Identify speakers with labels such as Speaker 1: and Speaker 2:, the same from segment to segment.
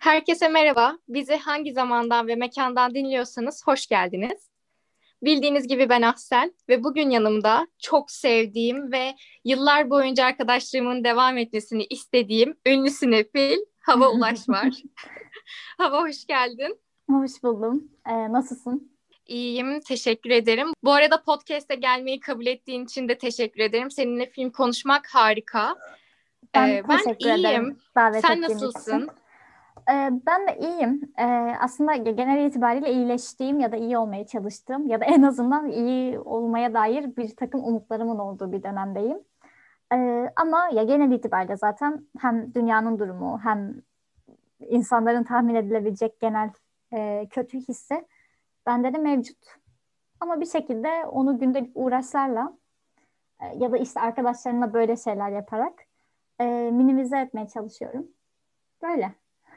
Speaker 1: Herkese merhaba. Bizi hangi zamandan ve mekandan dinliyorsanız hoş geldiniz. Bildiğiniz gibi ben Ahsen ve bugün yanımda çok sevdiğim ve yıllar boyunca arkadaşlığımın devam etmesini istediğim ünlü sinefil Hava Ulaş var. Hava hoş geldin.
Speaker 2: Hoş buldum. Nasılsın?
Speaker 1: İyiyim, teşekkür ederim. Bu arada podcast'e gelmeyi kabul ettiğin için de teşekkür ederim. Seninle film konuşmak harika.
Speaker 2: Ben
Speaker 1: Ben
Speaker 2: teşekkür ederim
Speaker 1: iyiyim.
Speaker 2: davet
Speaker 1: Sen
Speaker 2: ettiğin için.
Speaker 1: nasılsın?
Speaker 2: Ben de iyiyim. Aslında genel itibariyle iyileştiğim ya da iyi olmaya çalıştığım ya da en azından iyi olmaya dair bir takım umutlarımın olduğu bir dönemdeyim. Ama ya genel itibariyle zaten hem dünyanın durumu hem insanların tahmin edilebilecek genel kötü hissi bende de mevcut. Ama bir şekilde onu gündelik uğraşlarla ya da işte arkadaşlarımla böyle şeyler yaparak minimize etmeye çalışıyorum. Böyle.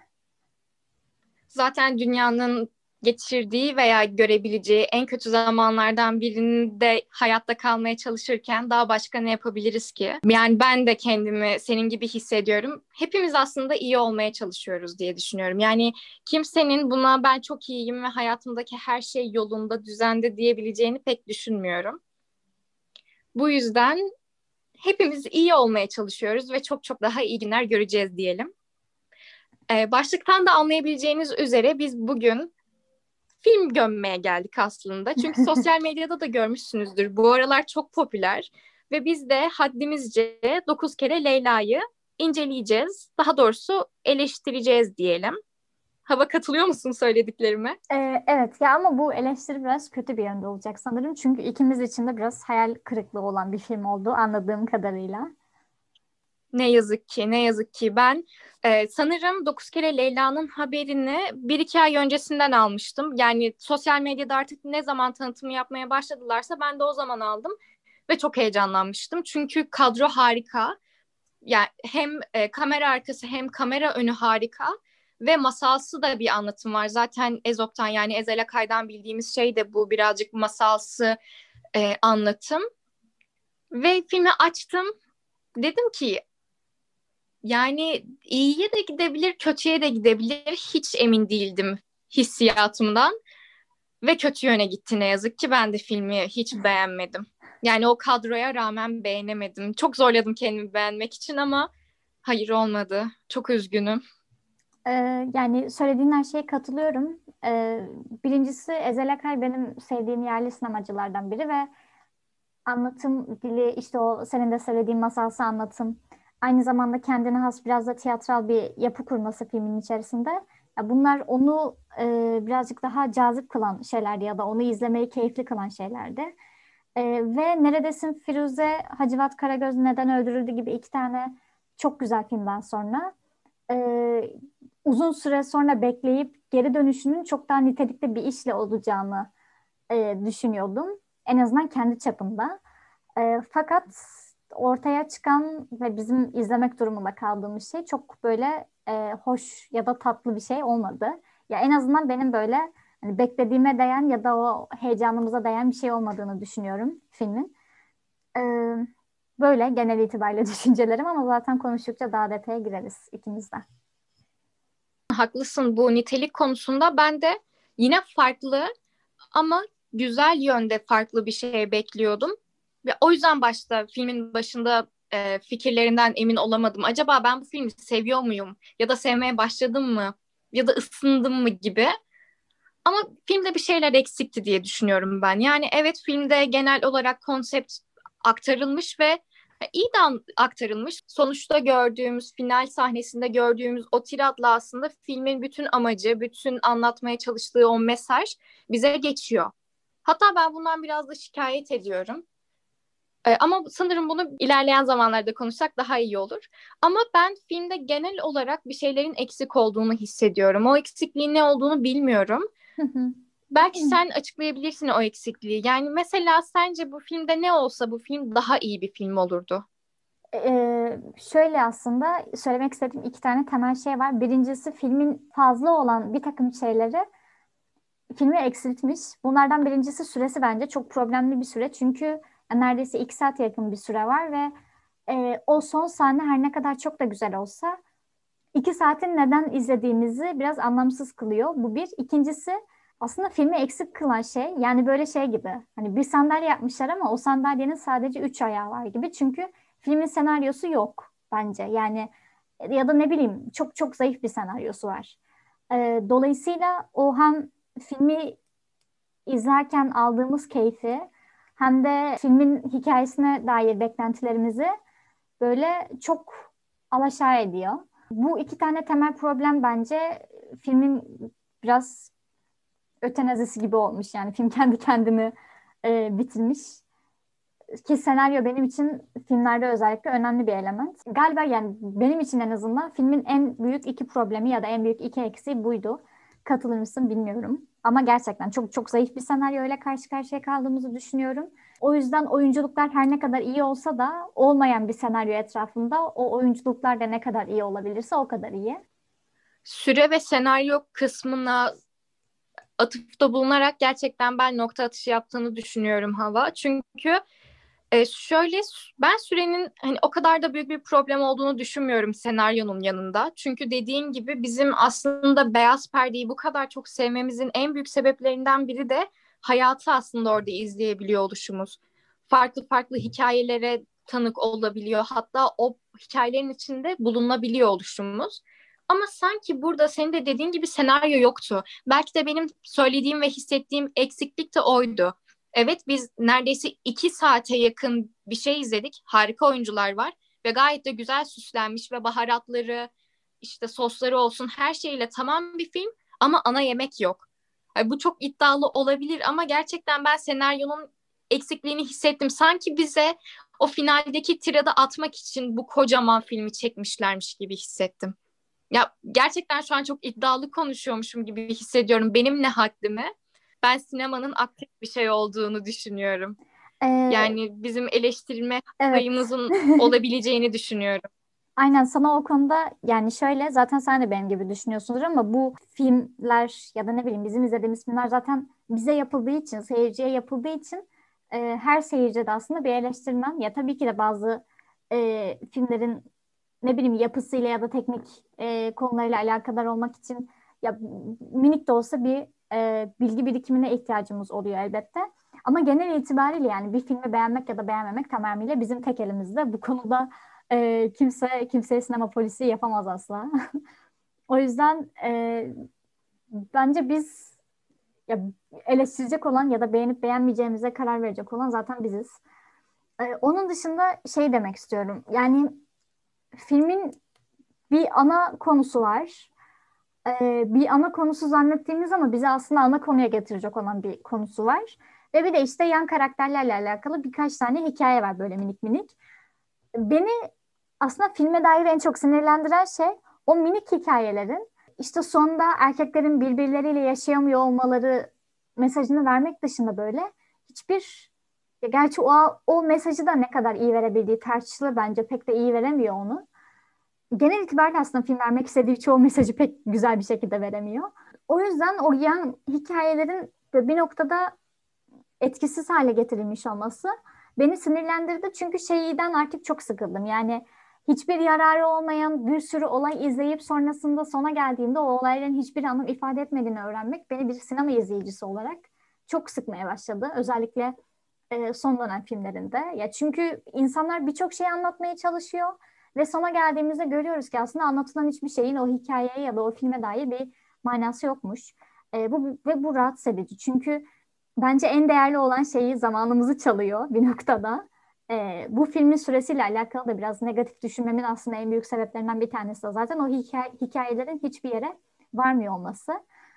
Speaker 1: Zaten dünyanın geçirdiği veya görebileceği en kötü zamanlardan birinde hayatta kalmaya çalışırken daha başka ne yapabiliriz ki? Yani ben de kendimi senin gibi hissediyorum. Hepimiz aslında iyi olmaya çalışıyoruz diye düşünüyorum. Yani kimsenin buna ben çok iyiyim ve hayatımdaki her şey yolunda, düzende diyebileceğini pek düşünmüyorum. Bu yüzden hepimiz iyi olmaya çalışıyoruz ve çok çok daha iyi günler göreceğiz diyelim. Başlıktan da anlayabileceğiniz üzere biz bugün film gömmeye geldik aslında. Çünkü sosyal medyada da görmüşsünüzdür. Bu aralar çok popüler. Ve biz de haddimizce 9 kere Leyla'yı inceleyeceğiz. Daha doğrusu eleştireceğiz diyelim. Hava katılıyor musun söylediklerime?
Speaker 2: Evet ya ama bu eleştiri biraz kötü bir yönde olacak sanırım. Çünkü ikimiz için de biraz hayal kırıklığı olan bir film oldu anladığım kadarıyla.
Speaker 1: Ne yazık ki, ne yazık ki. Ben sanırım 9 kere Leyla'nın haberini bir iki ay öncesinden almıştım. Yani sosyal medyada artık ne zaman tanıtımı yapmaya başladılarsa ben de o zaman aldım. Ve çok heyecanlanmıştım. Çünkü kadro harika. Yani hem kamera arkası hem kamera önü harika ve masalsı da bir anlatım var. Zaten Ezop'tan yani Ezel Akay'dan bildiğimiz şey de bu birazcık masalsı anlatım. Ve filmi açtım. Dedim ki yani iyiye de gidebilir, kötüye de gidebilir. Hiç emin değildim hissiyatımdan. Ve kötü yöne gitti ne yazık ki. Ben de filmi hiç beğenmedim. Yani o kadroya rağmen beğenemedim. Çok zorladım kendimi beğenmek için ama hayır olmadı. Çok üzgünüm.
Speaker 2: Ee, Yani söylediğin her şeye katılıyorum. Birincisi Ezel Akay benim sevdiğim yerli sinemacılardan biri ve anlatım dili işte o senin de söylediğin masalsı anlatım. Aynı zamanda kendine has biraz da tiyatral bir yapı kurması filmin içerisinde. Ya bunlar onu birazcık daha cazip kılan şeylerdi ya da onu izlemeyi keyifli kılan şeylerdi. Ve Neredesin Firuze, Hacivat Karagöz Neden Öldürüldü gibi iki tane çok güzel filmden sonra e, uzun süre sonra bekleyip geri dönüşünün çok daha nitelikli bir işle olacağını düşünüyordum. En azından kendi çapımda. Fakat ortaya çıkan ve bizim izlemek durumunda kaldığımız şey çok böyle hoş ya da tatlı bir şey olmadı. Ya en azından benim böyle hani beklediğime değen ya da o heyecanımıza değen bir şey olmadığını düşünüyorum filmin. E, Böyle genel itibariyle düşüncelerim ama zaten konuştukça daha detaya gireriz ikimiz de.
Speaker 1: Haklısın bu nitelik konusunda ben de yine farklı ama güzel yönde farklı bir şey bekliyordum. Ve o yüzden başta filmin başında fikirlerinden emin olamadım. Acaba ben bu filmi seviyor muyum? Ya da sevmeye başladım mı? Ya da ısındım mı gibi. Ama filmde bir şeyler eksikti diye düşünüyorum ben. Yani evet filmde genel olarak konsept aktarılmış ve iyi de aktarılmış. Sonuçta gördüğümüz, final sahnesinde gördüğümüz o tiratla aslında filmin bütün amacı, bütün anlatmaya çalıştığı o mesaj bize geçiyor. Hatta ben bundan biraz da şikayet ediyorum. Ama sanırım bunu ilerleyen zamanlarda konuşsak daha iyi olur. Ama ben filmde genel olarak bir şeylerin eksik olduğunu hissediyorum. O eksikliğin ne olduğunu bilmiyorum. Belki sen açıklayabilirsin o eksikliği. Yani mesela sence bu filmde ne olsa bu film daha iyi bir film olurdu.
Speaker 2: Şöyle aslında söylemek istediğim iki tane temel şey var. Birincisi filmin fazla olan bir takım şeyleri filmi eksiltmiş. Bunlardan birincisi süresi bence çok problemli bir süre. Çünkü neredeyse 2 saate yakın bir süre var ve o son sahne her ne kadar çok da güzel olsa 2 saatin neden izlediğimizi biraz anlamsız kılıyor. Bu bir. İkincisi, aslında filmi eksik kılan şey, yani böyle şey gibi. Hani bir sandalye yapmışlar ama o sandalyenin sadece 3 ayağı var gibi. Çünkü filmin senaryosu yok bence. Yani ya da ne bileyim, çok çok zayıf bir senaryosu var. Dolayısıyla o hem filmi izlerken aldığımız keyfi hem de filmin hikayesine dair beklentilerimizi böyle çok alaşağı ediyor. Bu 2 tane temel problem bence filmin biraz ötenazisi gibi olmuş. Yani film kendi kendini bitirmiş. Ki senaryo benim için filmlerde özellikle önemli bir element. Galiba yani benim için en azından filmin en büyük 2 problemi ya da en büyük 2 eksiği buydu. Katılır mısın bilmiyorum. Ama gerçekten çok çok zayıf bir senaryo ile karşı karşıya kaldığımızı düşünüyorum. O yüzden oyunculuklar her ne kadar iyi olsa da olmayan bir senaryo etrafında o oyunculuklar da ne kadar iyi olabilirse o kadar iyi.
Speaker 1: Süre ve senaryo kısmına atıfta bulunarak gerçekten ben nokta atışı yaptığını düşünüyorum Hava. Çünkü şöyle, ben sürenin hani o kadar da büyük bir problem olduğunu düşünmüyorum senaryonun yanında. Çünkü dediğin gibi bizim aslında Beyaz Perde'yi bu kadar çok sevmemizin en büyük sebeplerinden biri de hayatı aslında orada izleyebiliyor oluşumuz. Farklı farklı hikayelere tanık olabiliyor. Hatta o hikayelerin içinde bulunabiliyor oluşumuz. Ama sanki burada senin de dediğin gibi senaryo yoktu. Belki de benim söylediğim ve hissettiğim eksiklik de oydu. Evet, biz neredeyse 2 saate yakın bir şey izledik. Harika oyuncular var ve gayet de güzel süslenmiş ve baharatları, işte sosları olsun her şeyle tamam bir film ama ana yemek yok. Yani bu çok iddialı olabilir ama gerçekten ben senaryonun eksikliğini hissettim. Sanki bize o finaldeki tiradı atmak için bu kocaman filmi çekmişlermiş gibi hissettim. Ya gerçekten şu an çok iddialı konuşuyormuşum gibi hissediyorum. Benim ne haddime? Ben sinemanın aktif bir şey olduğunu düşünüyorum.
Speaker 2: Ee,
Speaker 1: Yani bizim eleştirme
Speaker 2: evet.
Speaker 1: payımızın olabileceğini düşünüyorum.
Speaker 2: Aynen, sana o konuda yani şöyle, zaten sen de benim gibi düşünüyorsundur ama bu filmler ya da ne bileyim bizim izlediğimiz filmler zaten bize yapıldığı için, seyirciye yapıldığı için her seyirci de aslında bir eleştirmen. Ya tabii ki de bazı filmlerin ne bileyim yapısıyla ya da teknik konularıyla alakadar olmak için ya minik de olsa bir bilgi birikimine ihtiyacımız oluyor elbette. Ama genel itibariyle yani bir filmi beğenmek ya da beğenmemek tamamıyla bizim tek elimizde. Bu konuda kimse kimseye sinema polisi yapamaz asla. O yüzden bence biz ya eleştirecek olan ya da beğenip beğenmeyeceğimize karar verecek olan zaten biziz. Onun dışında şey demek istiyorum. Yani filmin bir ana konusu var. Bir ana konusu zannettiğimiz ama bizi aslında ana konuya getirecek olan bir konusu var. Ve bir de işte yan karakterlerle alakalı birkaç tane hikaye var böyle minik minik. Beni aslında filme dair en çok sinirlendiren şey o minik hikayelerin işte sonunda erkeklerin birbirleriyle yaşayamıyor olmaları mesajını vermek dışında böyle hiçbir, ya gerçi o mesajı da ne kadar iyi verebildiği tartışılır, bence pek de iyi veremiyor onu. Genel itibariyle aslında film vermek istediği çoğu mesajı pek güzel bir şekilde veremiyor. O yüzden o yan hikayelerin bir noktada etkisiz hale getirilmiş olması beni sinirlendirdi. Çünkü şeyden artık çok sıkıldım. Yani hiçbir yararı olmayan bir sürü olay izleyip sonrasında sona geldiğimde o olayların hiçbir anlam ifade etmediğini öğrenmek beni bir sinema izleyicisi olarak çok sıkmaya başladı. Özellikle son dönem filmlerinde. Ya çünkü insanlar birçok şey anlatmaya çalışıyor ve sona geldiğimizde görüyoruz ki aslında anlatılan hiçbir şeyin o hikayeye ya da o filme dair bir manası yokmuş. Bu rahatsız edici. Çünkü bence en değerli olan şeyi zamanımızı çalıyor bir noktada. Bu filmin süresiyle alakalı da biraz negatif düşünmemin aslında en büyük sebeplerinden bir tanesi de zaten o hikayelerin hiçbir yere varmıyor olması.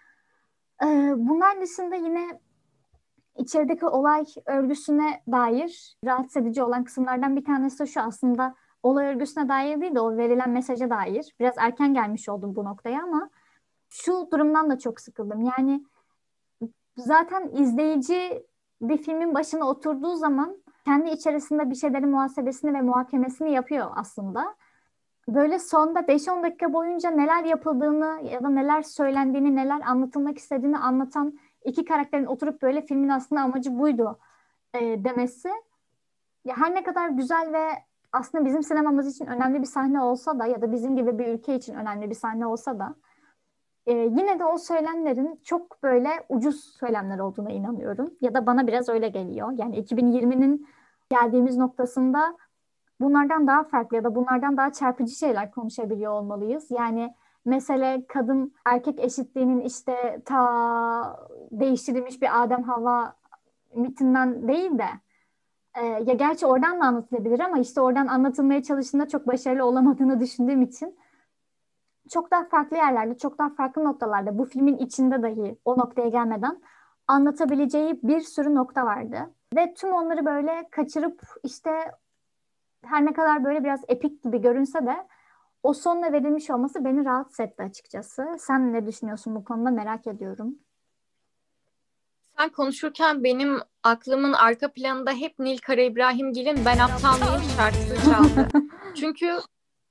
Speaker 2: Bunlar dışında yine içerideki olay örgüsüne dair rahatsız edici olan kısımlardan bir tanesi de şu: aslında olay örgüsüne dair değil de o verilen mesaja dair. Biraz erken gelmiş oldum bu noktaya ama şu durumdan da çok sıkıldım. Yani zaten izleyici bir filmin başına oturduğu zaman kendi içerisinde bir şeylerin muhasebesini ve muhakemesini yapıyor aslında. Böyle sonda 5-10 dakika boyunca neler yapıldığını ya da neler söylendiğini, neler anlatılmak istediğini anlatan iki karakterin oturup böyle filmin aslında amacı buydu demesi. Ya her ne kadar güzel ve aslında bizim sinemamız için önemli bir sahne olsa da ya da bizim gibi bir ülke için önemli bir sahne olsa da yine de o söylemlerin çok böyle ucuz söylemler olduğuna inanıyorum. Ya da bana biraz öyle geliyor. Yani 2020'nin geldiğimiz noktasında bunlardan daha farklı ya da bunlardan daha çarpıcı şeyler konuşabiliyor olmalıyız. Yani mesele kadın erkek eşitliğinin işte ta değiştirilmiş bir Adem Havva mitinden değil de ya gerçi oradan da anlatılabilir ama işte oradan anlatılmaya çalıştığında çok başarılı olamadığını düşündüğüm için çok daha farklı yerlerde, çok daha farklı noktalarda bu filmin içinde dahi o noktaya gelmeden anlatabileceği bir sürü nokta vardı. Ve tüm onları böyle kaçırıp işte her ne kadar böyle biraz epik gibi görünse de o sonla verilmiş olması beni rahatsız etti açıkçası. Sen ne düşünüyorsun bu konuda merak ediyorum.
Speaker 1: Sen konuşurken benim aklımın arka planında hep Nil Kara İbrahimgil'in Ben Aptal Mıyım şarkısı çaldı. Çünkü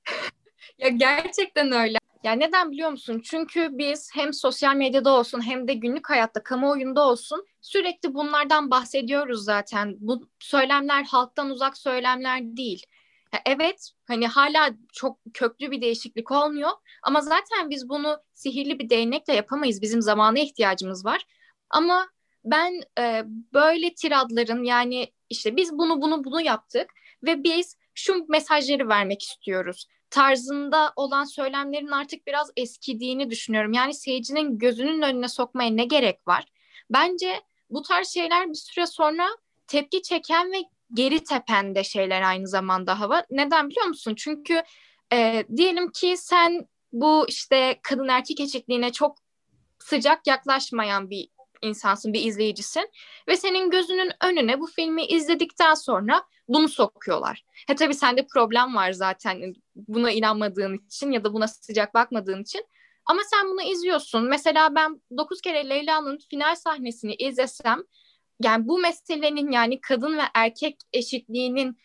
Speaker 1: ya gerçekten öyle. Ya neden biliyor musun? Çünkü biz hem sosyal medyada olsun hem de günlük hayatta, kamuoyunda olsun sürekli bunlardan bahsediyoruz zaten. Bu söylemler halktan uzak söylemler değil. Ya evet, hani hala çok köklü bir değişiklik olmuyor ama zaten biz bunu sihirli bir değnekle yapamayız. Bizim zamana ihtiyacımız var. Ama ben böyle tiradların, yani işte biz bunu yaptık ve biz şu mesajları vermek istiyoruz tarzında olan söylemlerin artık biraz eskidiğini düşünüyorum. Yani seyircinin gözünün önüne sokmaya ne gerek var? Bence bu tarz şeyler bir süre sonra tepki çeken ve geri tepen de şeyler aynı zamanda Hava. Neden biliyor musun? Çünkü diyelim ki sen bu işte kadın erkek eşitliğine çok sıcak yaklaşmayan bir insansın, bir izleyicisin ve senin gözünün önüne bu filmi izledikten sonra bunu sokuyorlar. Tabii sende problem var zaten buna inanmadığın için ya da buna sıcak bakmadığın için. Ama sen bunu izliyorsun. Mesela ben 9 kere Leyla'nın final sahnesini izlesem, yani bu meselenin, yani kadın ve erkek eşitliğinin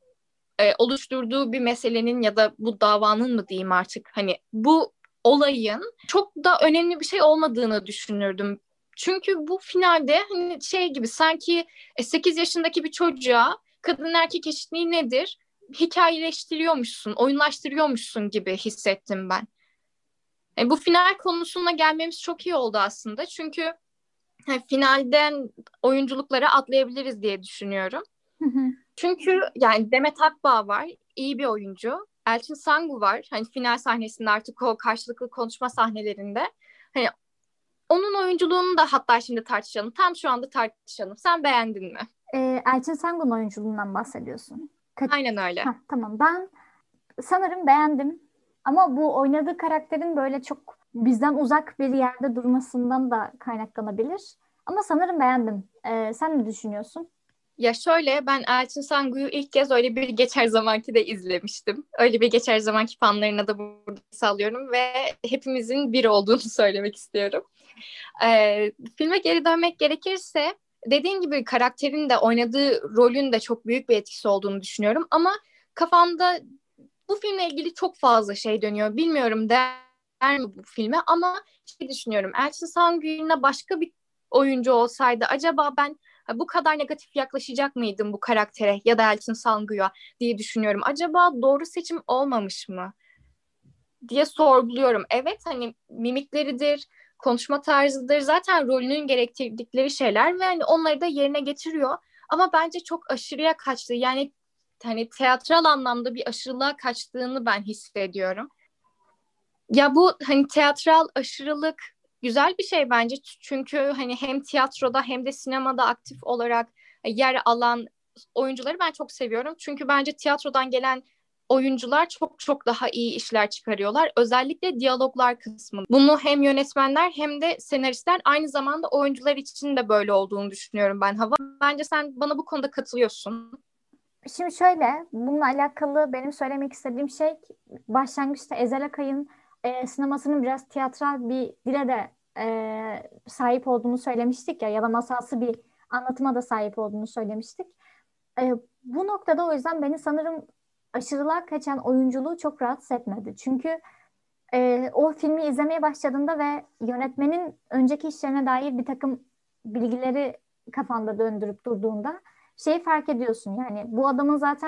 Speaker 1: oluşturduğu bir meselenin ya da bu davanın mı diyeyim artık, hani bu olayın çok da önemli bir şey olmadığını düşünürdüm. Çünkü bu finalde hani şey gibi sanki 8 yaşındaki bir çocuğa kadın erkek eşitliği nedir hikayeleştiriyormuşsun, oyunlaştırıyormuşsun gibi hissettim ben. Bu final konusuna gelmemiz çok iyi oldu aslında. Çünkü finalden oyunculuklara atlayabiliriz diye düşünüyorum. Çünkü yani Demet Akbağ var, iyi bir oyuncu. Elçin Sangu var. Hani final sahnesinde artık o karşılıklı konuşma sahnelerinde. Hani onun oyunculuğunu da hatta şimdi tartışalım. Tam şu anda tartışalım. Sen beğendin mi?
Speaker 2: Elçin Sangun oyunculuğundan bahsediyorsun.
Speaker 1: Aynen öyle.
Speaker 2: Tamam, ben sanırım beğendim. Ama bu oynadığı karakterin böyle çok bizden uzak bir yerde durmasından da kaynaklanabilir. Ama sanırım beğendim. Sen ne düşünüyorsun?
Speaker 1: Ya şöyle, ben Elçin Sangu'yu ilk kez öyle bir Geçer Zamanki de izlemiştim. Öyle bir Geçer Zamanki fanlarına da burada sallıyorum ve hepimizin bir olduğunu söylemek istiyorum. Filme geri dönmek gerekirse dediğin gibi karakterin de oynadığı rolün de çok büyük bir etkisi olduğunu düşünüyorum. Ama kafamda bu filmle ilgili çok fazla şey dönüyor. Bilmiyorum der mi bu filme ama şey düşünüyorum. Elçin Sangu'yla başka bir oyuncu olsaydı acaba ben bu kadar negatif yaklaşacak mıydım bu karaktere ya da Elçin Sangu'ya diye düşünüyorum. Acaba doğru seçim olmamış mı diye sorguluyorum. Evet, hani mimikleridir, konuşma tarzıdır. Zaten rolünün gerektirdikleri şeyler ve hani onları da yerine getiriyor. Ama bence çok aşırıya kaçtı. Yani hani teatral anlamda bir aşırılığa kaçtığını ben hissediyorum. Ya bu hani teatral aşırılık güzel bir şey bence. Çünkü hani hem tiyatroda hem de sinemada aktif olarak yer alan oyuncuları ben çok seviyorum. Çünkü bence tiyatrodan gelen oyuncular çok çok daha iyi işler çıkarıyorlar. Özellikle diyaloglar kısmı. Bunu hem yönetmenler hem de senaristler, aynı zamanda oyuncular için de böyle olduğunu düşünüyorum ben Hava. Bence sen bana bu konuda katılıyorsun.
Speaker 2: Şimdi şöyle, bununla alakalı benim söylemek istediğim şey başlangıçta Ezel Akay'ın sinemasının biraz tiyatral bir dile de sahip olduğunu söylemiştik ya da masalsı bir anlatıma da sahip olduğunu söylemiştik. E, Bu noktada o yüzden beni sanırım aşırılığa kaçan oyunculuğu çok rahatsız etmedi. Çünkü o filmi izlemeye başladığında ve yönetmenin önceki işlerine dair bir takım bilgileri kafanda döndürüp durduğunda şeyi fark ediyorsun. Yani bu adamın zaten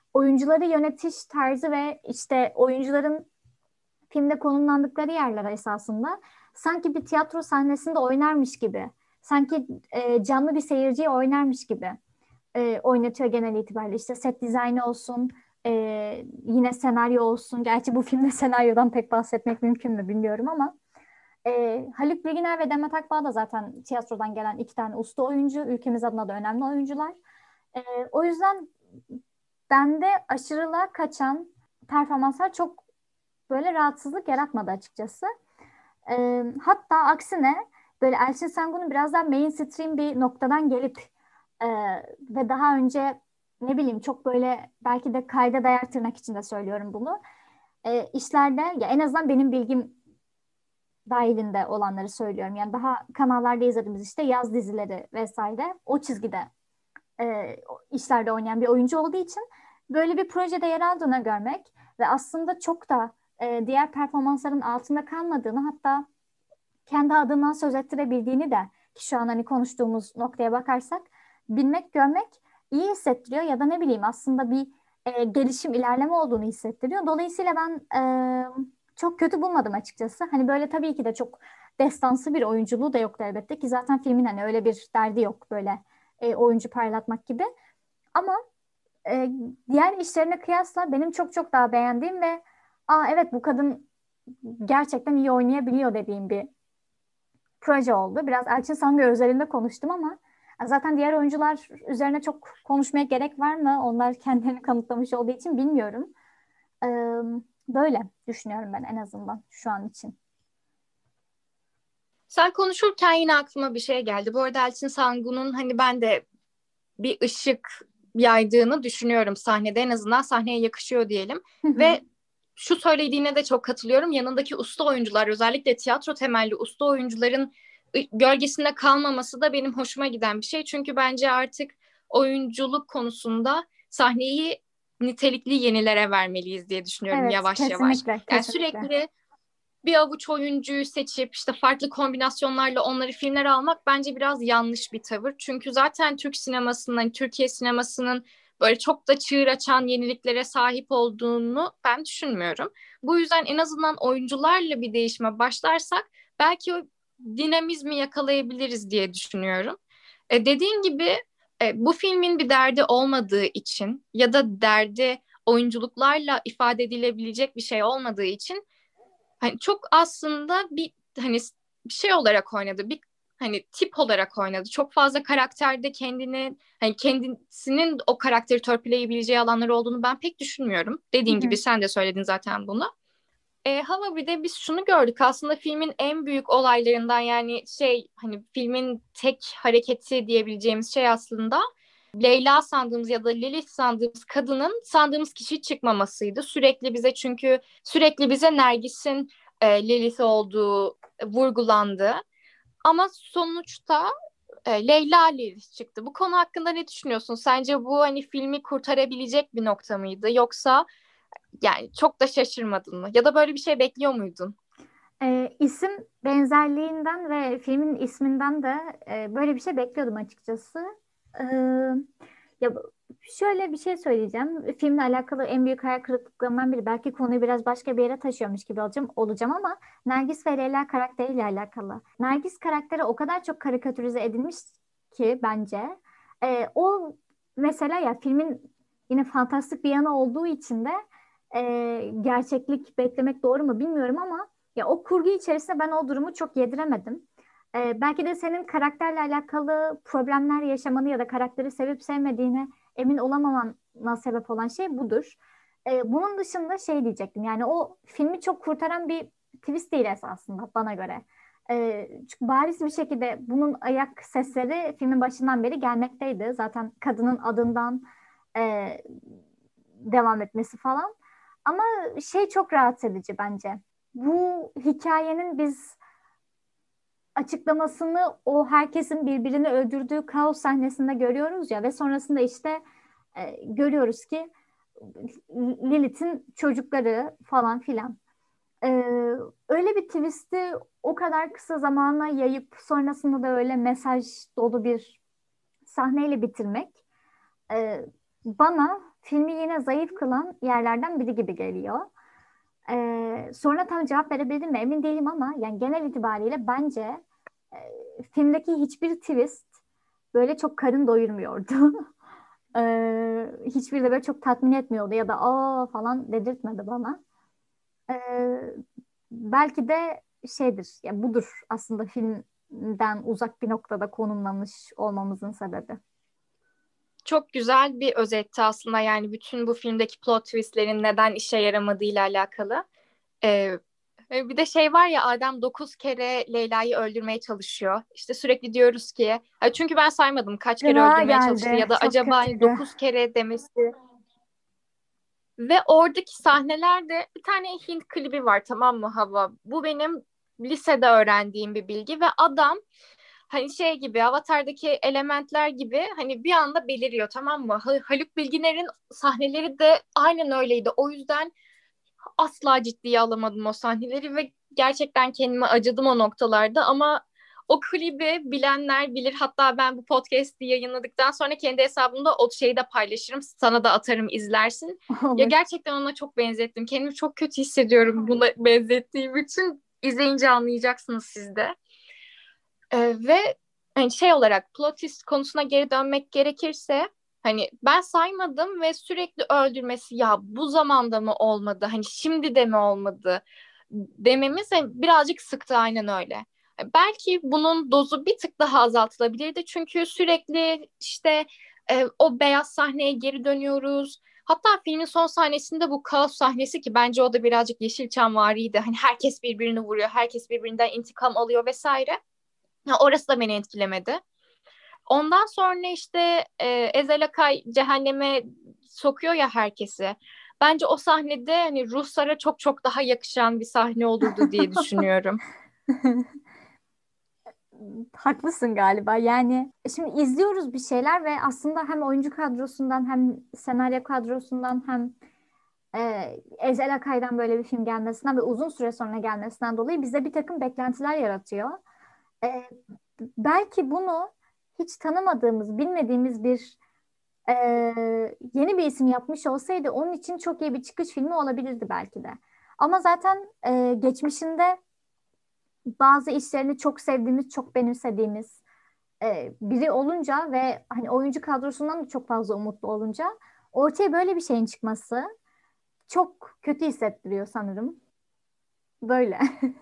Speaker 2: oyuncuları yönetiş tarzı ve işte oyuncuların filmde konumlandıkları yerler esasında sanki bir tiyatro sahnesinde oynarmış gibi, sanki canlı bir seyirciyi oynarmış gibi oynatıyor genel itibariyle. İşte set dizaynı olsun, e, yine senaryo olsun. Gerçi bu filmde senaryodan pek bahsetmek mümkün mü bilmiyorum ama Haluk Bilginer ve Demet Akbağ da zaten tiyatrodan gelen iki tane usta oyuncu. Ülkemiz adına da önemli oyuncular. E, O yüzden bende aşırılığa kaçan performanslar çok böyle rahatsızlık yaratmadı açıkçası. Hatta aksine böyle Elçin Sangun'un biraz daha mainstream bir noktadan gelip e, ve daha önce ne bileyim çok böyle belki de kayda değer tırnak içinde söylüyorum bunu. İşlerde ya en azından benim bilgim dahilinde olanları söylüyorum. Yani daha kanallarda izlediğimiz işte yaz dizileri vesaire o çizgide işlerde oynayan bir oyuncu olduğu için böyle bir projede yer aldığını görmek ve aslında çok da diğer performansların altında kalmadığını hatta kendi adından söz ettirebildiğini de ki şu an hani konuştuğumuz noktaya bakarsak bilmek, görmek iyi hissettiriyor ya da ne bileyim aslında bir gelişim, ilerleme olduğunu hissettiriyor. Dolayısıyla ben çok kötü bulmadım açıkçası. Hani böyle tabii ki de çok destansı bir oyunculuğu da yoktu elbette ki zaten filmin hani öyle bir derdi yok böyle oyuncu parlatmak gibi. Ama e, diğer işlerine kıyasla benim çok çok daha beğendiğim ve aa evet bu kadın gerçekten iyi oynayabiliyor dediğim bir proje oldu. Biraz Elçin Sangu özelinde konuştum ama zaten diğer oyuncular üzerine çok konuşmaya gerek var mı? Onlar kendilerini kanıtlamış olduğu için bilmiyorum. Ee, Böyle düşünüyorum ben en azından şu an için.
Speaker 1: Sen konuşurken yine aklıma bir şey geldi. Bu arada Elçin Sangu'nun hani ben de bir ışık yaydığını düşünüyorum sahnede. En azından sahneye yakışıyor diyelim.
Speaker 2: Hı hı.
Speaker 1: Ve şu söylediğine de çok katılıyorum. Yanındaki usta oyuncular, özellikle tiyatro temelli usta oyuncuların gölgesinde kalmaması da benim hoşuma giden bir şey. Çünkü bence artık oyunculuk konusunda sahneyi nitelikli yenilere vermeliyiz diye düşünüyorum
Speaker 2: Evet,
Speaker 1: yavaş yavaş.
Speaker 2: kesinlikle,
Speaker 1: Yani
Speaker 2: kesinlikle.
Speaker 1: sürekli bir avuç oyuncuyu seçip işte farklı kombinasyonlarla onları filmlere almak bence biraz yanlış bir tavır. Çünkü zaten Türk sinemasının, hani Türkiye sinemasının böyle çok da çığır açan yeniliklere sahip olduğunu ben düşünmüyorum. Bu yüzden en azından oyuncularla bir değişime başlarsak belki o dinamizmi yakalayabiliriz diye düşünüyorum. Dediğin gibi bu filmin bir derdi olmadığı için ya da derdi oyunculuklarla ifade edilebilecek bir şey olmadığı için hani çok aslında bir hani bir şey olarak oynadı. Bir hani tip olarak oynadı. Çok fazla karakterde kendini hani kendisinin o karakteri törpüleyebileceği alanları olduğunu ben pek düşünmüyorum.
Speaker 2: Hı
Speaker 1: Dediğin gibi
Speaker 2: hı.
Speaker 1: sen de söyledin zaten bunu. Ama bir de biz şunu gördük aslında filmin en büyük olaylarından yani şey hani filmin tek hareketi diyebileceğimiz şey aslında Leyla sandığımız ya da Lilith sandığımız kadının sandığımız kişi çıkmamasıydı. Sürekli bize Nergis'in Lilith olduğu vurgulandı. Ama sonuçta Leyla Lilith çıktı. Bu konu hakkında ne düşünüyorsun? Sence bu hani filmi kurtarabilecek bir nokta mıydı? Yoksa yani çok da şaşırmadın mı? Ya da böyle bir şey bekliyor muydun?
Speaker 2: İsim benzerliğinden ve filmin isminden de böyle bir şey bekliyordum açıkçası. Ee, Ya şöyle bir şey söyleyeceğim. Filmle alakalı en büyük hayal kırıklıklarımdan biri. Belki konuyu biraz başka bir yere taşıyormuş gibi olacağım ama Nergis ve Leyla karakteriyle alakalı. Nergis karakteri o kadar çok karikatürize edilmiş ki bence. O mesela ya filmin yine fantastik bir yanı olduğu için de gerçeklik beklemek doğru mu bilmiyorum ama ya o kurgu içerisinde ben o durumu çok yediremedim. Belki de senin karakterle alakalı problemler yaşamanı ya da karakteri sevip sevmediğine emin olamamana sebep olan şey budur. Bunun dışında şey diyecektim. Yani o filmi çok kurtaran bir twist değil esasında bana göre. Çünkü bariz bir şekilde bunun ayak sesleri filmin başından beri gelmekteydi. Zaten kadının adından e, devam etmesi falan. Ama şey çok rahatsız edici bence. Bu hikayenin biz açıklamasını o herkesin birbirini öldürdüğü kaos sahnesinde görüyoruz ya ve sonrasında işte görüyoruz ki Lilith'in çocukları falan filan. E, Öyle bir twist'i o kadar kısa zamana yayıp sonrasında da öyle mesaj dolu bir sahneyle bitirmek bana filmi yine zayıf kılan yerlerden biri gibi geliyor. Sonra tam cevap verebildim mi emin değilim ama yani genel itibariyle bence filmdeki hiçbir twist böyle çok karın doyurmuyordu. Hiçbir de böyle çok tatmin etmiyordu ya da aa falan dedirtmedi bana. Ee, Belki de şeydir, ya budur aslında filmden uzak bir noktada konumlanmış olmamızın sebebi.
Speaker 1: Çok güzel bir özetti aslında, yani bütün bu filmdeki plot twistlerin neden işe yaramadığıyla alakalı. Ee, Bir de şey var ya, Adem 9 kere Leyla'yı öldürmeye çalışıyor. İşte sürekli diyoruz ki, ha, çünkü ben saymadım kaç kere
Speaker 2: Canavar
Speaker 1: öldürmeye çalıştı
Speaker 2: geldi.
Speaker 1: ya da
Speaker 2: Çok
Speaker 1: acaba hani
Speaker 2: kötüydü.
Speaker 1: 9 kere demesi. Ve oradaki sahnelerde bir tane Hint klibi var, tamam mı Hava? Bu benim lisede öğrendiğim bir bilgi ve adam hani şey gibi, Avatar'daki elementler gibi hani bir anda beliriyor, tamam mı? Haluk Bilginer'in sahneleri de aynen öyleydi. O yüzden asla ciddiye alamadım o sahneleri ve gerçekten kendime acıdım o noktalarda, ama o klibi bilenler bilir. Hatta ben bu podcast'i yayınladıktan sonra kendi hesabımda o şeyi de paylaşırım. Sana da atarım, izlersin. Ya
Speaker 2: Olur.
Speaker 1: gerçekten ona çok benzettim. Kendimi çok kötü hissediyorum buna benzettiğim için. İzleyince anlayacaksınız siz de. Ve hani şey olarak plot twist konusuna geri dönmek gerekirse, hani ben saymadım ve sürekli öldürmesi, ya bu zamanda mı olmadı, hani şimdi de mi olmadı dememiz hani birazcık sıktı, aynen öyle. Belki bunun dozu bir tık daha azaltılabilirdi çünkü sürekli işte o beyaz sahneye geri dönüyoruz. Hatta filmin son sahnesinde bu kaos sahnesi, ki bence o da birazcık Yeşilçamvariydi. Hani herkes birbirini vuruyor, herkes birbirinden intikam alıyor vesaire. Ha, orası da beni etkilemedi. Ondan sonra işte Ezel Akay cehenneme sokuyor ya herkesi. Bence o sahnede hani Ruhsar'a çok çok daha yakışan bir sahne olurdu diye düşünüyorum.
Speaker 2: Haklısın galiba. Yani şimdi izliyoruz bir şeyler ve aslında hem oyuncu kadrosundan hem senaryo kadrosundan hem Ezel Akay'dan böyle bir film gelmesinden ve uzun süre sonra gelmesinden dolayı bize bir takım beklentiler yaratıyor. E, Belki bunu hiç tanımadığımız, bilmediğimiz bir e, yeni bir isim yapmış olsaydı onun için çok iyi bir çıkış filmi olabilirdi belki de. Ama zaten geçmişinde bazı işlerini çok sevdiğimiz, çok benimsediğimiz biri olunca ve hani oyuncu kadrosundan da çok fazla umutlu olunca ortaya böyle bir şeyin çıkması çok kötü hissettiriyor sanırım. Böyle.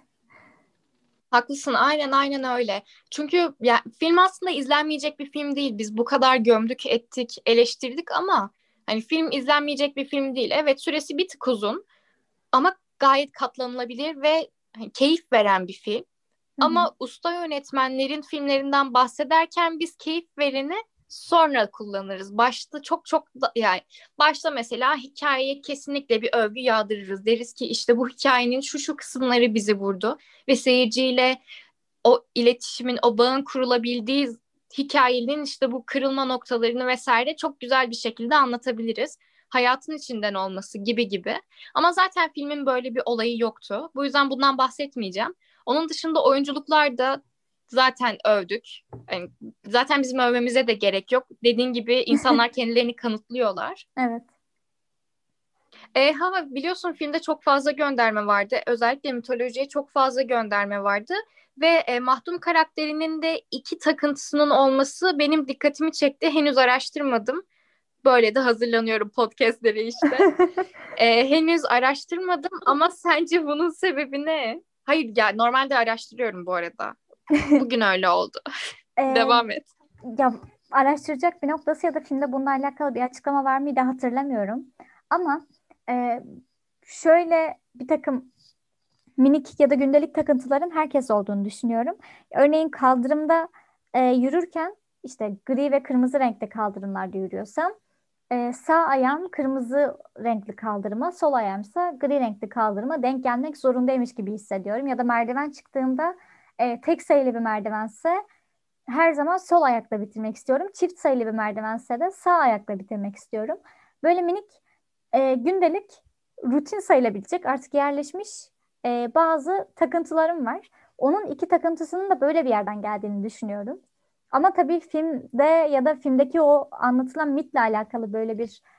Speaker 1: Haklısın, aynen aynen öyle. Çünkü ya, film aslında izlenmeyecek bir film değil. Biz bu kadar gömdük, ettik, eleştirdik ama hani film izlenmeyecek bir film değil. Evet, süresi bir tık uzun ama gayet katlanılabilir ve hani keyif veren bir film.
Speaker 2: Hı hı.
Speaker 1: Ama usta yönetmenlerin filmlerinden bahsederken biz keyif vereni sonra kullanırız. Başta çok çok yani başta mesela hikayeye kesinlikle bir övgü yağdırırız. Deriz ki işte bu hikayenin şu şu kısımları bizi vurdu ve seyirciyle o iletişimin, o bağın kurulabildiği hikayenin işte bu kırılma noktalarını vesaire çok güzel bir şekilde anlatabiliriz. Hayatın içinden olması gibi gibi. Ama zaten filmin böyle bir olayı yoktu. Bu yüzden bundan bahsetmeyeceğim. Onun dışında oyunculuklar da zaten övdük. Yani zaten bizim övmemize de gerek yok. Dediğin gibi insanlar kendilerini kanıtlıyorlar.
Speaker 2: Evet.
Speaker 1: Hava, biliyorsun filmde çok fazla gönderme vardı. Özellikle mitolojiye çok fazla gönderme vardı. Ve Mahdum karakterinin de iki takıntısının olması benim dikkatimi çekti. Henüz araştırmadım. Böyle de hazırlanıyorum podcastlere işte. Henüz araştırmadım ama sence bunun sebebi ne? Hayır ya, normalde araştırıyorum bu arada. Bugün öyle oldu.
Speaker 2: Ee,
Speaker 1: Devam et.
Speaker 2: Ya araştıracak bir noktası ya da filmde bununla alakalı bir açıklama var mıydı hatırlamıyorum. Ama e, şöyle bir takım minik ya da gündelik takıntıların herkes olduğunu düşünüyorum. Örneğin kaldırımda yürürken işte gri ve kırmızı renkte kaldırımlarda yürüyorsam sağ ayağım kırmızı renkli kaldırıma, sol ayağımsa gri renkli kaldırıma denk gelmek zorundaymış gibi hissediyorum. Ya da merdiven çıktığımda tek sayılı bir merdivense her zaman sol ayakla bitirmek istiyorum. Çift sayılı bir merdivense de sağ ayakla bitirmek istiyorum. Böyle minik gündelik rutin sayılabilecek artık yerleşmiş bazı takıntılarım var. Onun iki takıntısının da böyle bir yerden geldiğini düşünüyorum. Ama tabii filmde ya da filmdeki o anlatılan mitle alakalı böyle bir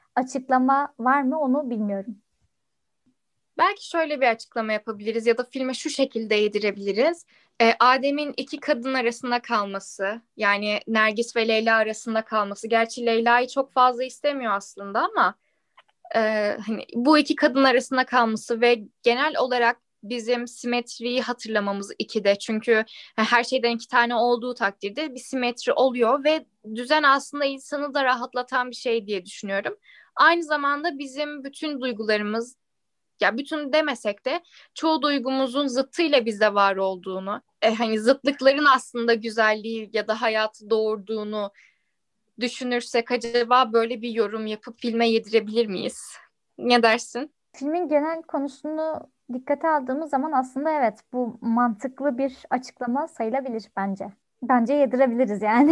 Speaker 2: açıklama var mı onu bilmiyorum.
Speaker 1: Belki şöyle bir açıklama yapabiliriz ya da filme şu şekilde yedirebiliriz. Adem'in iki kadın arasında kalması, yani Nergis ve Leyla arasında kalması. Gerçi Leyla'yı çok fazla istemiyor aslında ama hani bu iki kadın arasında kalması ve genel olarak bizim simetriyi hatırlamamız ikide. Çünkü her şeyden iki tane olduğu takdirde bir simetri oluyor ve düzen aslında insanı da rahatlatan bir şey diye düşünüyorum. Aynı zamanda bizim bütün duygularımız, ya bütün demesek de çoğu duygumuzun zıttıyla bizde var olduğunu, hani zıtlıkların aslında güzelliği ya da hayatı doğurduğunu düşünürsek acaba böyle bir yorum yapıp filme yedirebilir miyiz? Ne dersin?
Speaker 2: Filmin genel konusunu dikkate aldığımız zaman aslında evet bu mantıklı bir açıklama sayılabilir bence. Bence yedirebiliriz yani.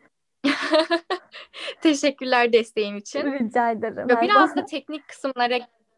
Speaker 1: Teşekkürler desteğin için.
Speaker 2: Rica ederim
Speaker 1: Ve
Speaker 2: her
Speaker 1: biraz da
Speaker 2: zaman.
Speaker 1: teknik kısımlara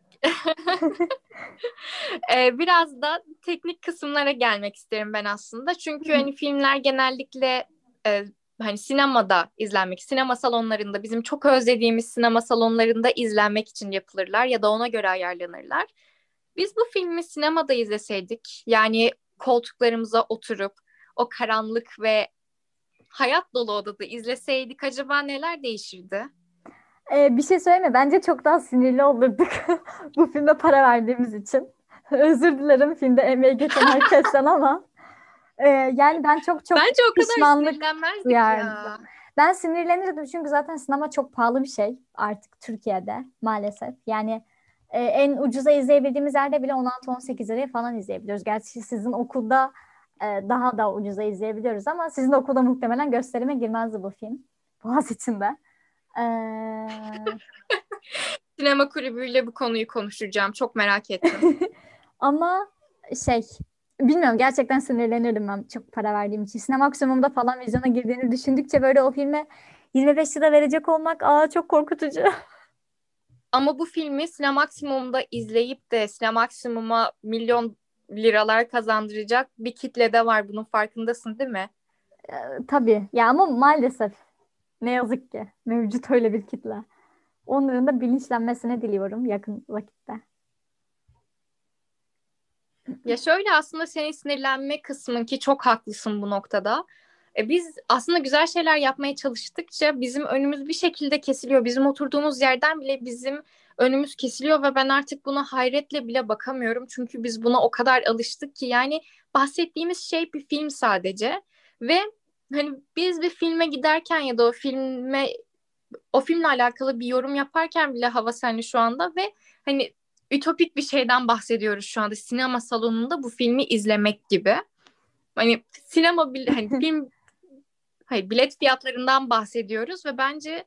Speaker 1: biraz da teknik kısımlara gelmek isterim ben aslında. Çünkü hani filmler genellikle e, hani sinemada izlenmek, sinema salonlarında, bizim çok özlediğimiz sinema salonlarında izlenmek için yapılırlar ya da ona göre ayarlanırlar. Biz bu filmi sinemada izleseydik, yani koltuklarımıza oturup o karanlık ve hayat dolu odada izleseydik acaba neler değişirdi?
Speaker 2: Bir şey söyleme. Bence çok daha sinirli olurduk bu filme para verdiğimiz için. Özür dilerim filmde emeği geçen herkesten ama yani ben çok çok
Speaker 1: Bence o kadar
Speaker 2: pişmanlık
Speaker 1: sinirlenmezdik
Speaker 2: duyardım.
Speaker 1: ya.
Speaker 2: Ben sinirlenirdim çünkü zaten sinema çok pahalı bir şey artık Türkiye'de maalesef. Yani en ucuza izleyebildiğimiz yerde bile 16-18 liraya falan izleyebiliyoruz. Gerçi sizin okulda daha da ucuza izleyebiliyoruz ama sizin okulda muhtemelen gösterime girmezdi bu film. Boğaziçi'nde. Ee,
Speaker 1: Sinema kulübüyle bu konuyu konuşacağım. Çok merak ettim.
Speaker 2: ama şey bilmiyorum gerçekten sinirlenirdim ben çok para verdiğim için. Sinemaksimum'da falan vizyona girdiğini düşündükçe böyle o filme 25 lira verecek olmak çok korkutucu.
Speaker 1: Ama bu filmi Sinemaksimum'da izleyip de Sinemaksimum'a milyon liralar kazandıracak bir kitle de var. Bunun farkındasın değil mi?
Speaker 2: Tabii ya ama maalesef ne yazık ki mevcut öyle bir kitle. Onların da bilinçlenmesini diliyorum yakın vakitte.
Speaker 1: Ya şöyle, aslında senin sinirlenme kısmın ki çok haklısın bu noktada. Biz aslında güzel şeyler yapmaya çalıştıkça bizim önümüz bir şekilde kesiliyor. Bizim oturduğumuz yerden bile bizim önümüz kesiliyor ve ben artık buna hayretle bile bakamıyorum. Çünkü biz buna o kadar alıştık ki, yani bahsettiğimiz şey bir film sadece ve hani biz bir filme giderken ya da o filmle alakalı bir yorum yaparken bile hava senli şu anda ve hani ütopik bir şeyden bahsediyoruz şu anda. Sinema salonunda bu filmi izlemek gibi. Hani hani film, hayır, bilet fiyatlarından bahsediyoruz ve bence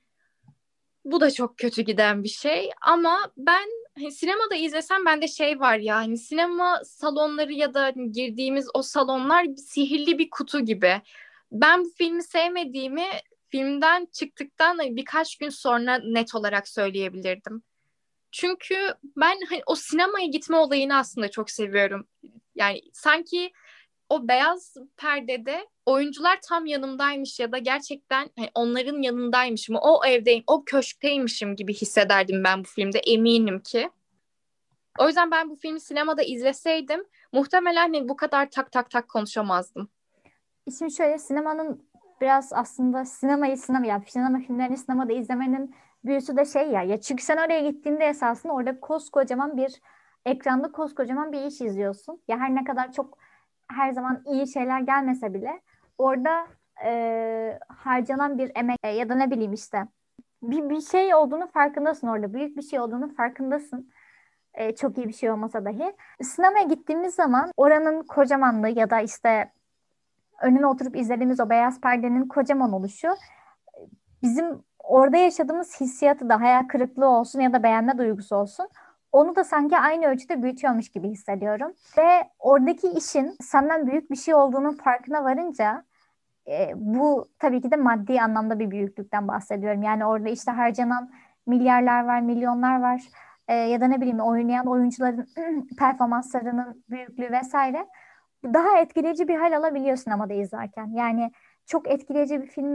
Speaker 1: bu da çok kötü giden bir şey. Ama ben hani sinemada izlesem bende şey var ya, hani sinema salonları ya da hani girdiğimiz o salonlar sihirli bir kutu gibi. Ben bu filmi sevmediğimi filmden çıktıktan hani birkaç gün sonra net olarak söyleyebilirdim. Çünkü ben hani o sinemaya gitme olayını aslında çok seviyorum. Yani sanki o beyaz perdede oyuncular tam yanımdaymış ya da gerçekten hani onların yanındaymışım, o evdeyim, o köşkteymişim gibi hissederdim ben bu filmde, eminim ki. O yüzden ben bu filmi sinemada izleseydim muhtemelen hani bu kadar tak tak tak konuşamazdım.
Speaker 2: Şimdi şöyle sinemanın biraz aslında sinema filmlerini sinemada izlemenin büyüsü de şey ya çünkü sen oraya gittiğinde esasında orada koskocaman bir ekranda koskocaman bir iş izliyorsun. Ya her ne kadar çok her zaman iyi şeyler gelmese bile orada harcanan bir emek ya da ne bileyim işte bir şey olduğunu farkındasın orada. Büyük bir şey olduğunu farkındasın. Çok iyi bir şey olmasa dahi. Sinemaya gittiğimiz zaman oranın kocamanlığı ya da işte önüne oturup izlediğimiz o beyaz perdenin kocaman oluşu bizim orada yaşadığımız hissiyatı da hayal kırıklığı olsun ya da beğenme duygusu olsun onu da sanki aynı ölçüde büyütüyormuş gibi hissediyorum. Ve oradaki işin senden büyük bir şey olduğunun farkına varınca bu tabii ki de maddi anlamda bir büyüklükten bahsediyorum. Yani orada işte harcanan milyarlar var, milyonlar var. Ya da ne bileyim oynayan oyuncuların performanslarının büyüklüğü vesaire daha etkileyici bir hal alabiliyor sinemada izlerken. Yani çok etkileyici bir filmi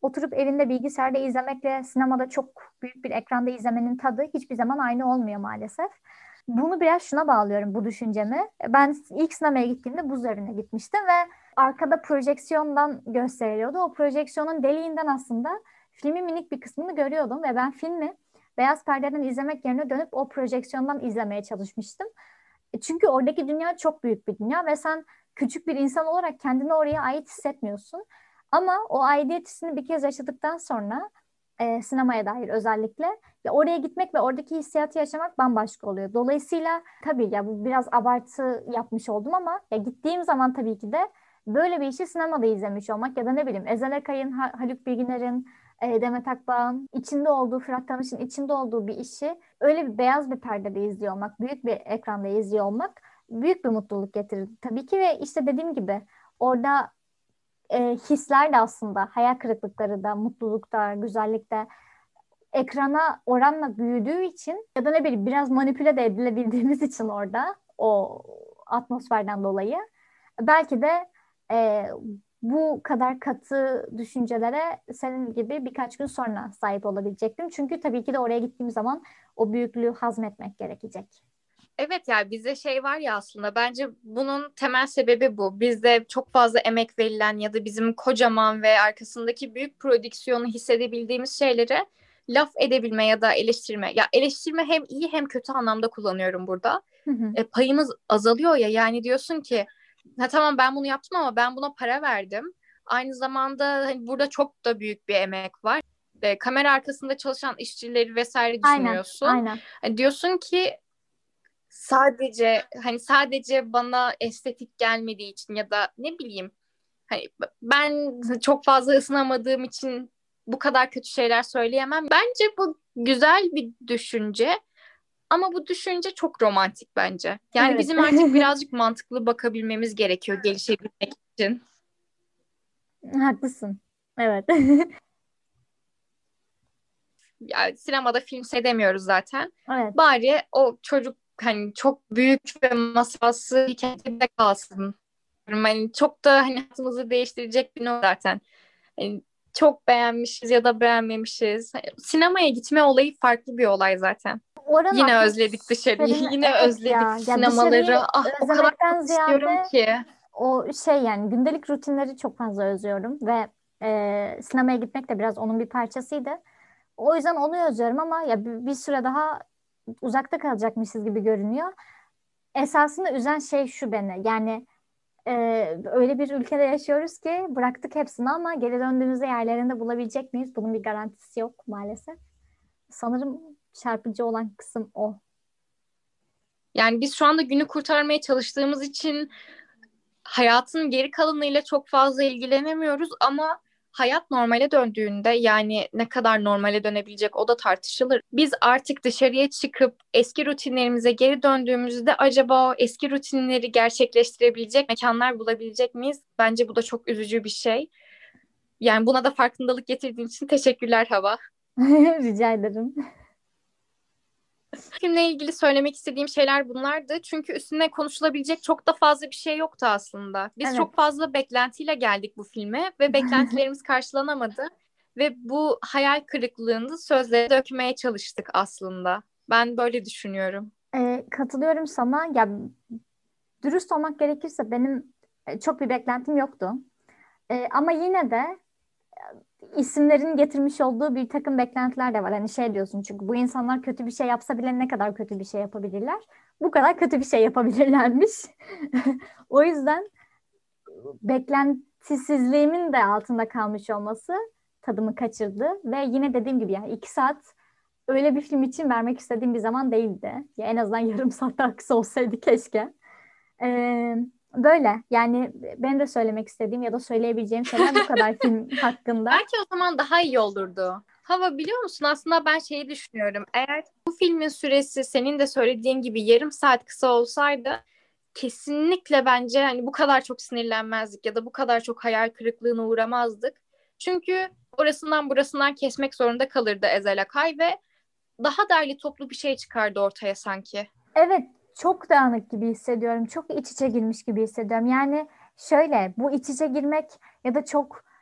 Speaker 2: oturup evinde bilgisayarda izlemekle sinemada çok büyük bir ekranda izlemenin tadı hiçbir zaman aynı olmuyor maalesef. Bunu biraz şuna bağlıyorum bu düşüncemi. Ben ilk sinemaya gittiğimde buz evine gitmiştim ve arkada projeksiyondan gösteriliyordu. O projeksiyonun deliğinden aslında filmin minik bir kısmını görüyordum ve ben filmi beyaz perdeden izlemek yerine dönüp o projeksiyondan izlemeye çalışmıştım. Çünkü oradaki dünya çok büyük bir dünya ve sen küçük bir insan olarak kendini oraya ait hissetmiyorsun. Ama o aidiyet hissini bir kez yaşadıktan sonra sinemaya dair özellikle ya oraya gitmek ve oradaki hissiyatı yaşamak bambaşka oluyor. Dolayısıyla tabii ya bu biraz abartı yapmış oldum ama ya gittiğim zaman tabii ki de böyle bir işi sinemada izlemiş olmak ya da ne bileyim Ezel Akay'ın, Haluk Bilginer'in, Demet Akbağ'ın içinde olduğu, Fırat Tanış'ın içinde olduğu bir işi öyle bir beyaz bir perdede izliyor olmak, büyük bir ekranda izliyor olmak büyük bir mutluluk getirir tabii ki ve işte dediğim gibi orada hisler de aslında hayal kırıklıkları da, mutlulukta, güzellikte ekrana oranla büyüdüğü için ya da ne bileyim biraz manipüle de edilebildiğimiz için orada o atmosferden dolayı belki de e, bu kadar katı düşüncelere senin gibi birkaç gün sonra sahip olabilecektim. Çünkü tabii ki de oraya gittiğim zaman o büyüklüğü hazmetmek gerekecek.
Speaker 1: Evet, yani bizde şey var ya, aslında bence bunun temel sebebi bu. Bizde çok fazla emek verilen ya da bizim kocaman ve arkasındaki büyük prodüksiyonu hissedebildiğimiz şeylere laf edebilme ya da eleştirme. Ya eleştirme hem iyi hem kötü anlamda kullanıyorum burada.
Speaker 2: Hı hı.
Speaker 1: Payımız azalıyor ya, yani diyorsun ki ha, tamam ben bunu yaptım ama ben buna para verdim. Aynı zamanda hani burada çok da büyük bir emek var. Kamera arkasında çalışan işçileri vesaire
Speaker 2: Aynen,
Speaker 1: düşünüyorsun.
Speaker 2: aynen.
Speaker 1: Diyorsun ki sadece bana estetik gelmediği için ya da ne bileyim, hani ben çok fazla ısınamadığım için bu kadar kötü şeyler söyleyemem. Bence bu güzel bir düşünce ama bu düşünce çok romantik bence. Yani
Speaker 2: Evet.
Speaker 1: bizim artık birazcık mantıklı bakabilmemiz gerekiyor gelişebilmek için.
Speaker 2: Haklısın. Evet.
Speaker 1: Yani sinemada film seyredemiyoruz zaten.
Speaker 2: Evet.
Speaker 1: Bari o çocuk hani çok büyük ve masraflı hikayede kalsın. Hani çok da hani hayatımızı değiştirecek bir nokta zaten. Hani çok beğenmişiz ya da beğenmemişiz. Sinemaya gitme olayı farklı bir olay zaten.
Speaker 2: Oranın
Speaker 1: Yine özledik dışarıyı.
Speaker 2: atmosferini
Speaker 1: Yine
Speaker 2: evet
Speaker 1: özledik
Speaker 2: ya
Speaker 1: sinemaları.
Speaker 2: dışarıyı
Speaker 1: Ah, o kadar
Speaker 2: özlemekten
Speaker 1: çok istiyorum
Speaker 2: ziyade
Speaker 1: ki.
Speaker 2: o şey yani gündelik rutinleri çok fazla özlüyorum ve sinemaya gitmek de biraz onun bir parçasıydı. O yüzden onu özlüyorum ama ya bir süre daha uzakta kalacakmışız gibi görünüyor. Esasında üzen şey şu beni yani öyle bir ülkede yaşıyoruz ki bıraktık hepsini ama geri döndüğümüzde yerlerinde bulabilecek miyiz? Bunun bir garantisi yok maalesef. Sanırım çarpıcı olan kısım o.
Speaker 1: Yani biz şu anda günü kurtarmaya çalıştığımız için hayatın geri kalanıyla çok fazla ilgilenemiyoruz ama hayat normale döndüğünde, yani ne kadar normale dönebilecek o da tartışılır. Biz artık dışarıya çıkıp eski rutinlerimize geri döndüğümüzde acaba o eski rutinleri gerçekleştirebilecek mekanlar bulabilecek miyiz? Bence bu da çok üzücü bir şey. Yani buna da farkındalık getirdiğin için teşekkürler Hava.
Speaker 2: Rica ederim.
Speaker 1: Filmle ilgili söylemek istediğim şeyler bunlardı. Çünkü üstüne konuşulabilecek çok da fazla bir şey yoktu aslında. Biz
Speaker 2: Evet.
Speaker 1: çok fazla beklentiyle geldik bu filme ve beklentilerimiz karşılanamadı. Ve bu hayal kırıklığını sözlere dökmeye çalıştık aslında. Ben böyle düşünüyorum.
Speaker 2: Katılıyorum sana. Ya dürüst olmak gerekirse benim çok bir beklentim yoktu. Ama yine de isimlerin getirmiş olduğu bir takım beklentiler de var. Hani şey diyorsun çünkü bu insanlar kötü bir şey yapsa bile ne kadar kötü bir şey yapabilirler? Bu kadar kötü bir şey yapabilirlermiş. O yüzden beklentisizliğimin de altında kalmış olması tadımı kaçırdı. Ve yine dediğim gibi yani 2 saat öyle bir film için vermek istediğim bir zaman değildi. Ya en azından yarım saat daha kısa olsaydı keşke. Ee, Böyle yani benim de söylemek istediğim ya da söyleyebileceğim şeyler bu kadar film hakkında.
Speaker 1: Belki o zaman daha iyi olurdu. Hava, biliyor musun, aslında ben şeyi düşünüyorum. Eğer bu filmin süresi senin de söylediğin gibi yarım saat kısa olsaydı kesinlikle bence hani bu kadar çok sinirlenmezdik ya da bu kadar çok hayal kırıklığına uğramazdık. Çünkü orasından burasından kesmek zorunda kalırdı Ezel Akay ve daha derli toplu bir şey çıkardı ortaya sanki.
Speaker 2: Evet, çok dağınık gibi hissediyorum. Çok iç içe girmiş gibi hissediyorum. Yani şöyle bu iç içe girmek ya da çok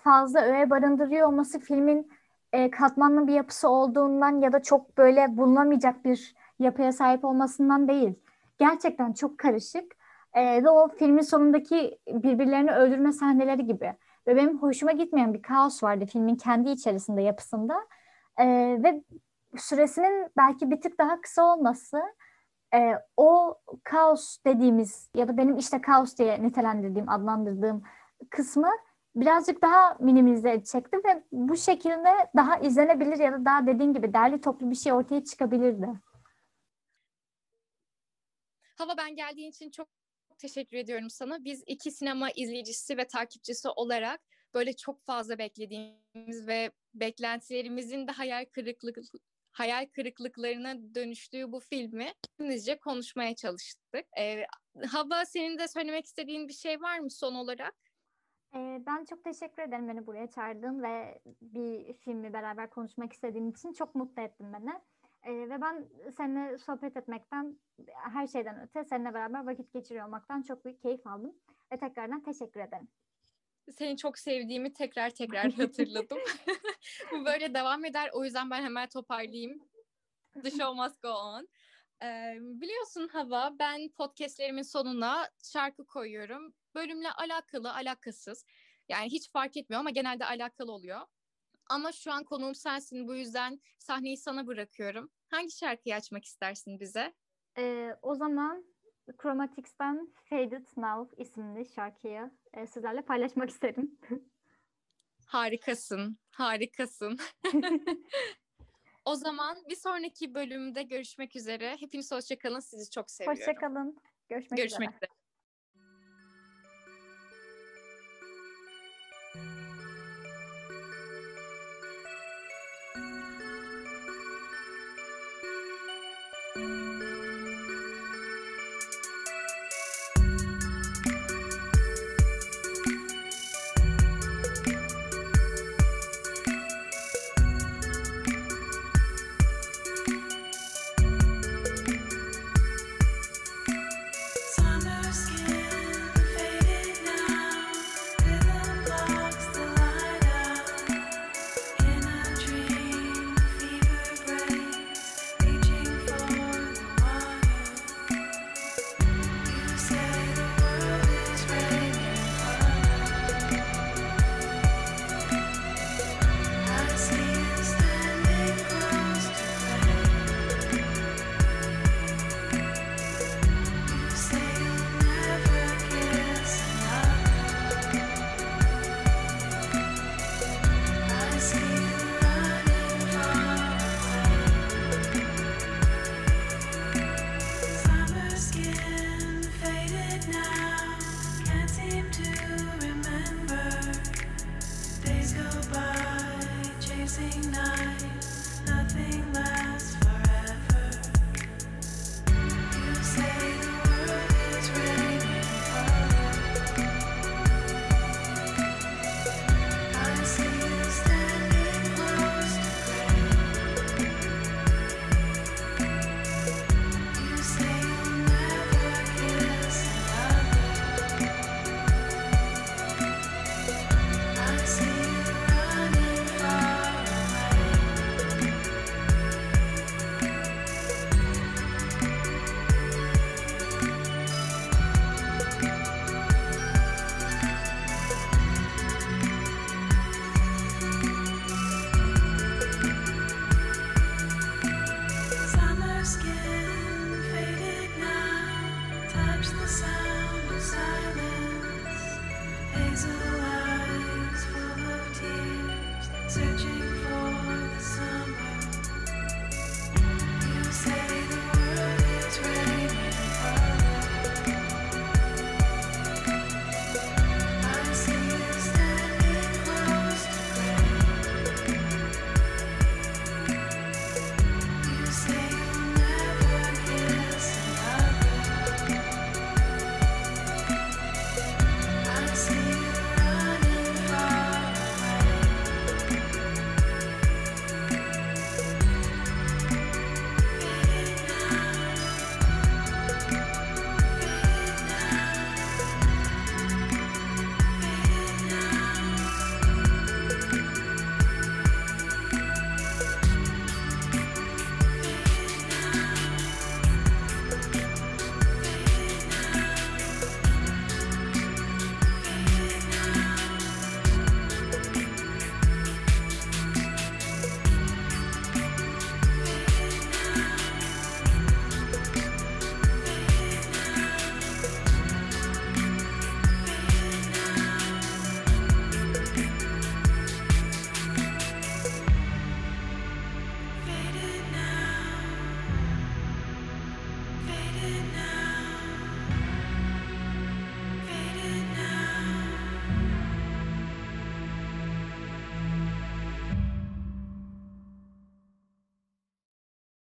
Speaker 2: fazla öğe barındırıyor olması filmin katmanlı bir yapısı olduğundan ya da çok böyle bulunamayacak bir yapıya sahip olmasından değil. Gerçekten çok karışık. Ve o filmin sonundaki birbirlerini öldürme sahneleri gibi. Ve benim hoşuma gitmeyen bir kaos vardı filmin kendi içerisinde, yapısında. Ve süresinin belki bir tık daha kısa olması o kaos dediğimiz ya da benim işte kaos diye nitelendirdiğim, adlandırdığım kısmı birazcık daha minimize edecekti ve bu şekilde daha izlenebilir ya da daha dediğin gibi derli toplu bir şey ortaya çıkabilirdi.
Speaker 1: Hava, ben geldiğin için çok teşekkür ediyorum sana. Biz iki sinema izleyicisi ve takipçisi olarak böyle çok fazla beklediğimiz ve beklentilerimizin de hayal kırıklıklarına dönüştüğü bu filmi hepimizce konuşmaya çalıştık. Hava, senin de söylemek istediğin bir şey var mı son olarak?
Speaker 2: Ben çok teşekkür ederim beni buraya çağırdığın ve bir filmi beraber konuşmak istediğin için. Çok mutlu ettin beni. Ve ben seninle sohbet etmekten, her şeyden öte seninle beraber vakit geçiriyor olmaktan çok büyük keyif aldım. Ve tekrardan teşekkür ederim.
Speaker 1: Seni çok sevdiğimi tekrar hatırladım. Bu böyle devam eder. O yüzden ben hemen toparlayayım. The show must go on. Biliyorsun Hava, ben podcastlerimin sonuna şarkı koyuyorum. Bölümle alakalı, alakasız. Yani hiç fark etmiyor ama genelde alakalı oluyor. Ama şu an konuğum sensin. Bu yüzden sahneyi sana bırakıyorum. Hangi şarkıyı açmak istersin bize?
Speaker 2: O zaman Chromatics'ten Faded Now isimli şarkıyı sizlerle paylaşmak isterim.
Speaker 1: Harikasın. O zaman bir sonraki bölümde görüşmek üzere. Hepiniz hoşça kalın. Sizi çok seviyorum.
Speaker 2: Hoşça kalın. Görüşmek üzere.
Speaker 3: Hazel eyes full of tears, searching